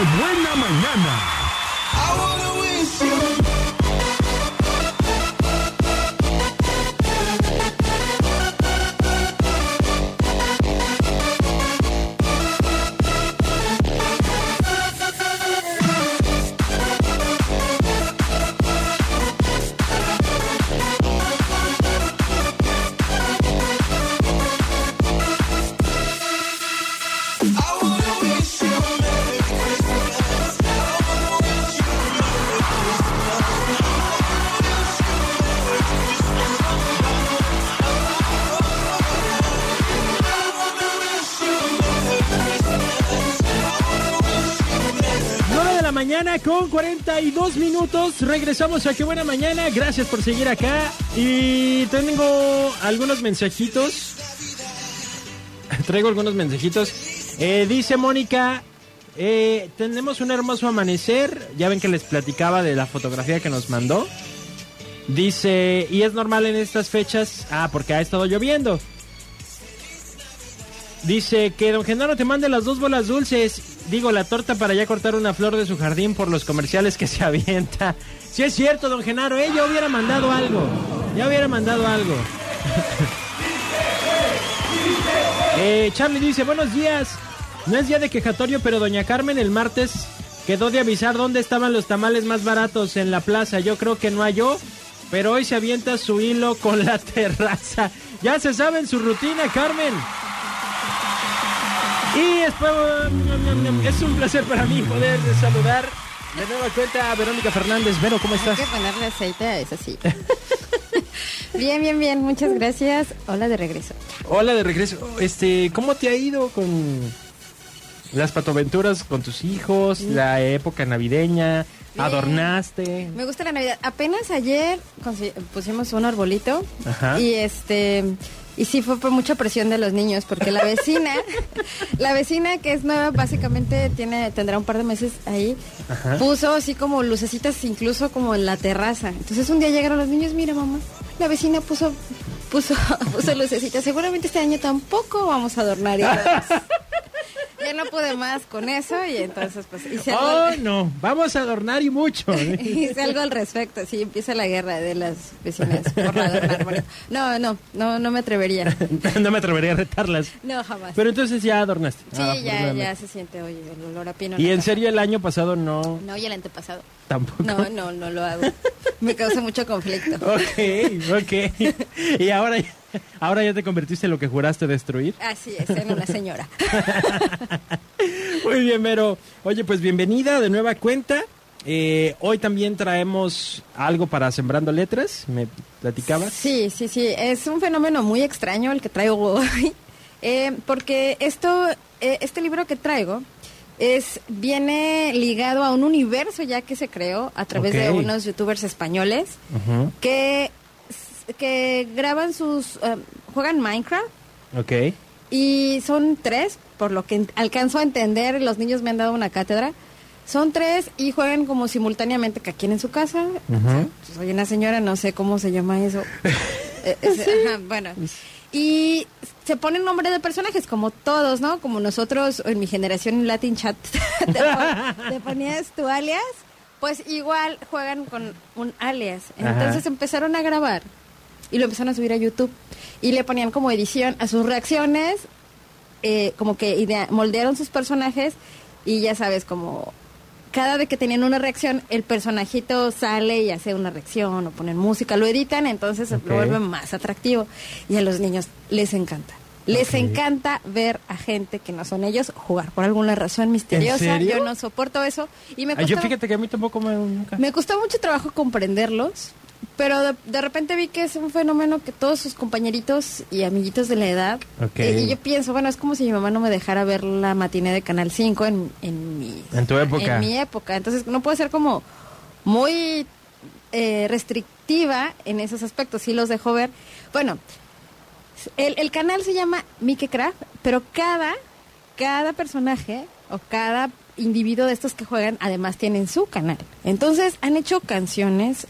buena mañana! Mañana con 42 minutos. Regresamos a Qué Buena Mañana. Gracias por seguir acá. Y tengo algunos mensajitos. Traigo algunos mensajitos. Dice Mónica, tenemos un hermoso amanecer. Ya ven que les platicaba de la fotografía que nos mandó. Dice, y es normal en estas fechas. Porque ha estado lloviendo. Dice que don Genaro te mande las 2 bolas dulces. Digo, la torta para ya cortar una flor de su jardín por los comerciales que se avienta. Sí es cierto, don Genaro, ya hubiera mandado algo. Charlie dice, buenos días. No es día de quejatorio, pero doña Carmen el martes quedó de avisar dónde estaban los tamales más baratos en la plaza. Yo creo que no halló, pero hoy se avienta su hilo con la terraza. Ya se sabe en su rutina, Carmen. Y después es un placer para mí poder saludar de nueva cuenta a Verónica Fernández. Vero, ¿cómo estás? Hay que ponerle aceite a eso, sí. Bien, muchas gracias. Hola de regreso. ¿Cómo te ha ido con las patoaventuras con tus hijos, la época navideña? Bien. ¿Adornaste? Me gusta la Navidad. Apenas ayer pusimos un arbolito. Ajá. Y sí fue por mucha presión de los niños, porque la vecina que es nueva, básicamente tendrá un par de meses ahí. Ajá. Puso así como lucecitas incluso como en la terraza. Entonces un día llegaron los niños, mira mamá, la vecina puso lucecitas. Seguramente este año tampoco vamos a adornar. Ya no pude más con eso y entonces pues hice algo. No, vamos a adornar y mucho. Hice algo al respecto, sí, empieza la guerra de las vecinas por adornar. No me atrevería. No me atrevería a retarlas. No, jamás. Pero entonces ya adornaste. Sí, ya se siente hoy el olor a pino. ¿Y en serio el año pasado no? No, y el antepasado. ¿Tampoco? No lo hago. Me causa mucho conflicto. Ok. Y ahora ya te convertiste en lo que juraste destruir. Así es, en una señora. Muy bien, Vero. Oye, pues bienvenida de nueva cuenta. Hoy también traemos algo para Sembrando Letras, ¿me platicabas? Sí. Es un fenómeno muy extraño el que traigo hoy. Porque este libro que traigo viene ligado a un universo ya que se creó a través de unos youtubers españoles que graban juegan Minecraft. Y son 3, por lo que alcanzo a entender, los niños me han dado una cátedra. Son 3 y juegan como simultáneamente que aquí en su casa. Soy una señora, no sé cómo se llama eso. Bueno. Y se ponen nombre de personajes, como todos, ¿no? Como nosotros en mi generación en Latin Chat te ponías tu alias. Pues igual juegan con un alias. Entonces empezaron a grabar y lo empezaron a subir a YouTube. Y le ponían como edición a sus reacciones, como que moldearon sus personajes y ya sabes, como cada vez que tenían una reacción, el personajito sale y hace una reacción o ponen música, lo editan, entonces lo vuelven más atractivo. Y a los niños les encanta. Les encanta ver a gente que no son ellos jugar por alguna razón misteriosa. ¿En serio? Yo no soporto eso. Y me costó, yo fíjate que a mí tampoco me costó mucho trabajo comprenderlos. Pero de repente vi que es un fenómeno que todos sus compañeritos y amiguitos de la edad... y yo pienso, bueno, es como si mi mamá no me dejara ver la matiné de Canal 5 en tu época. En mi época. Entonces no puedo ser como muy restrictiva en esos aspectos. Sí los dejo ver. Bueno, el canal se llama Minecraft, pero cada personaje o cada individuo de estos que juegan además tienen su canal. Entonces han hecho canciones...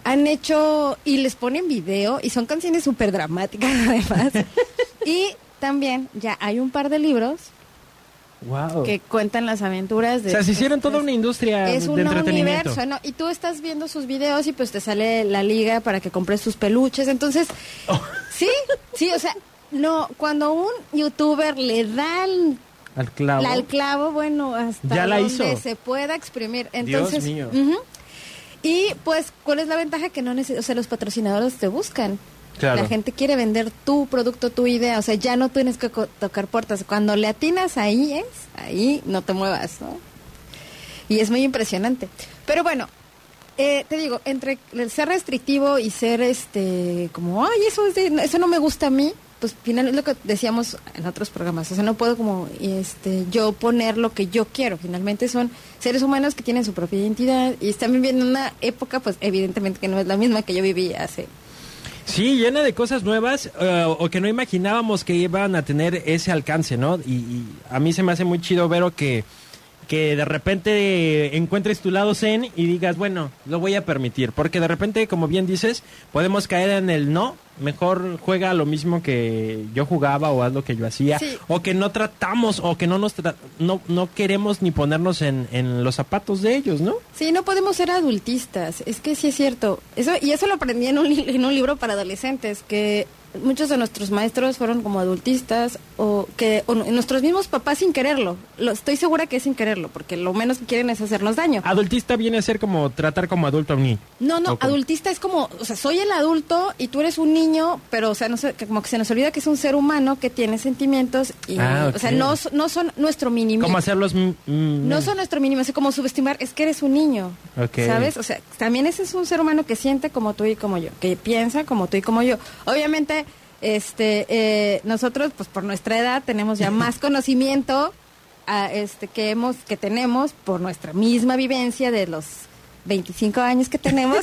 y les ponen video y son canciones súper dramáticas además. Y también ya hay un par de libros Wow. que cuentan las aventuras de... O sea, se hicieron toda una industria es de un entretenimiento. universo, ¿no? Y tú estás viendo sus videos y pues te sale la liga para que compres tus peluches. Entonces, sí, o sea, no, cuando un youtuber le da al clavo, bueno, hasta ya la donde hizo. se pueda exprimir. Entonces, Dios mío. Y pues, ¿cuál es la ventaja? Que no o sea, los patrocinadores te buscan. Claro. La gente quiere vender tu producto, tu idea, o sea, ya no tienes que tocar puertas. Cuando le atinas ahí no te muevas, ¿no? Y es muy impresionante. Pero bueno, te digo, entre el ser restrictivo y ser como, ay, eso no me gusta a mí, pues finalmente es lo que decíamos en otros programas, o sea, no puedo como yo poner lo que yo quiero. Finalmente son seres humanos que tienen su propia identidad y están viviendo una época, pues evidentemente que no es la misma que yo viví hace. Sí, llena de cosas nuevas o que no imaginábamos que iban a tener ese alcance, ¿no? Y a mí se me hace muy chido ver que de repente encuentres tu lado zen y digas, bueno, lo voy a permitir. Porque de repente, como bien dices, podemos caer en el no, mejor juega lo mismo que yo jugaba o haz lo que yo hacía. Sí. O que no tratamos o que no queremos ni ponernos en los zapatos de ellos, ¿no? Sí, no podemos ser adultistas, es que sí es cierto. Eso lo aprendí en un libro para adolescentes, que muchos de nuestros maestros fueron como adultistas o nuestros mismos papás sin quererlo. Estoy segura que es sin quererlo, porque lo menos que quieren es hacernos daño. Adultista viene a ser como tratar como adulto a un niño. No, adultista es como, o sea, soy el adulto y tú eres un niño, pero o sea, no sé, como que se nos olvida que es un ser humano que tiene sentimientos y, okay. O sea, no son nuestro mínimo. ¿Cómo hacerlos? No son nuestro mínimo, es como subestimar, es que eres un niño, okay. ¿Sabes? O sea, también ese es un ser humano que siente como tú y como yo, que piensa como tú y como yo. Obviamente, nosotros, pues por nuestra edad, tenemos ya más conocimiento que tenemos por nuestra misma vivencia de los 25 años que tenemos.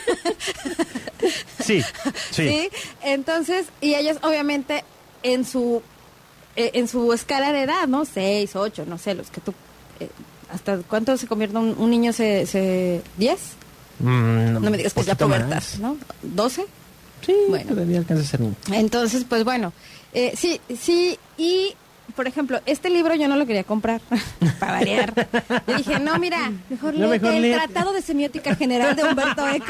Sí. Sí, entonces, y ellos obviamente en su escala de edad, ¿no? 6, 8, no sé, los que tú... ¿Hasta cuánto se convierte un niño? ¿10? No me digas que es la pubertad, ¿no? ¿12? Sí, bueno, todavía alcanza a ser niño. Entonces, pues bueno, sí, y por ejemplo, este libro yo no lo quería comprar, para variar. Le dije, no, mira, mejor lee el Tratado de Semiótica General de Humberto Eco.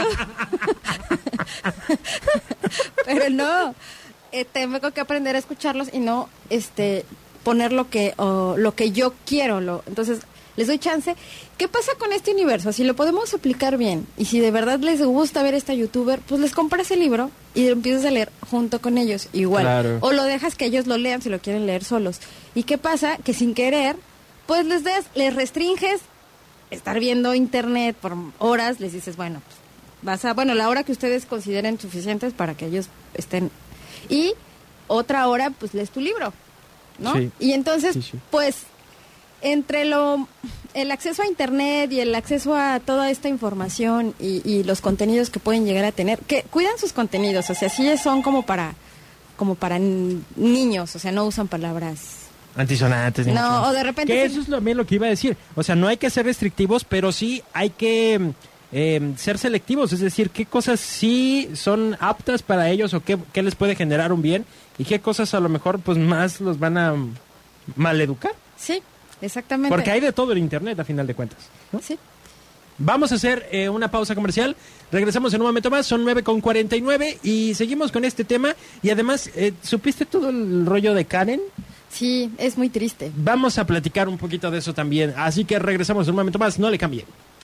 Pero no, tengo que aprender a escucharlos y no poner lo que yo quiero. Entonces, les doy chance. ¿Qué pasa con este universo? Si lo podemos aplicar bien y si de verdad les gusta ver a esta youtuber, pues les compras el libro y lo empiezas a leer junto con ellos, igual. Claro. O lo dejas que ellos lo lean si lo quieren leer solos. ¿Y qué pasa? Que sin querer, pues les restringes estar viendo internet por horas, les dices, bueno, pues la hora que ustedes consideren suficientes para que ellos estén. Y otra hora, pues lees tu libro, ¿no? Sí. Y entonces, sí. pues, entre el acceso a internet y el acceso a toda esta información y los contenidos que pueden llegar a tener, que cuidan sus contenidos, o sea, sí son como para niños, o sea, no usan palabras antisonantes. No, o de repente... Que eso es también lo que iba a decir. O sea, no hay que ser restrictivos, pero sí hay que ser selectivos. Es decir, qué cosas sí son aptas para ellos o qué les puede generar un bien y qué cosas a lo mejor pues más los van a maleducar. Sí, exactamente. Porque hay de todo en internet, a final de cuentas, ¿no? Sí. Vamos a hacer una pausa comercial. Regresamos en un momento más. Son 9:49 y seguimos con este tema. Y además, ¿supiste todo el rollo de Karen? Sí, es muy triste. Vamos a platicar un poquito de eso también. Así que regresamos en un momento más. No le cambien.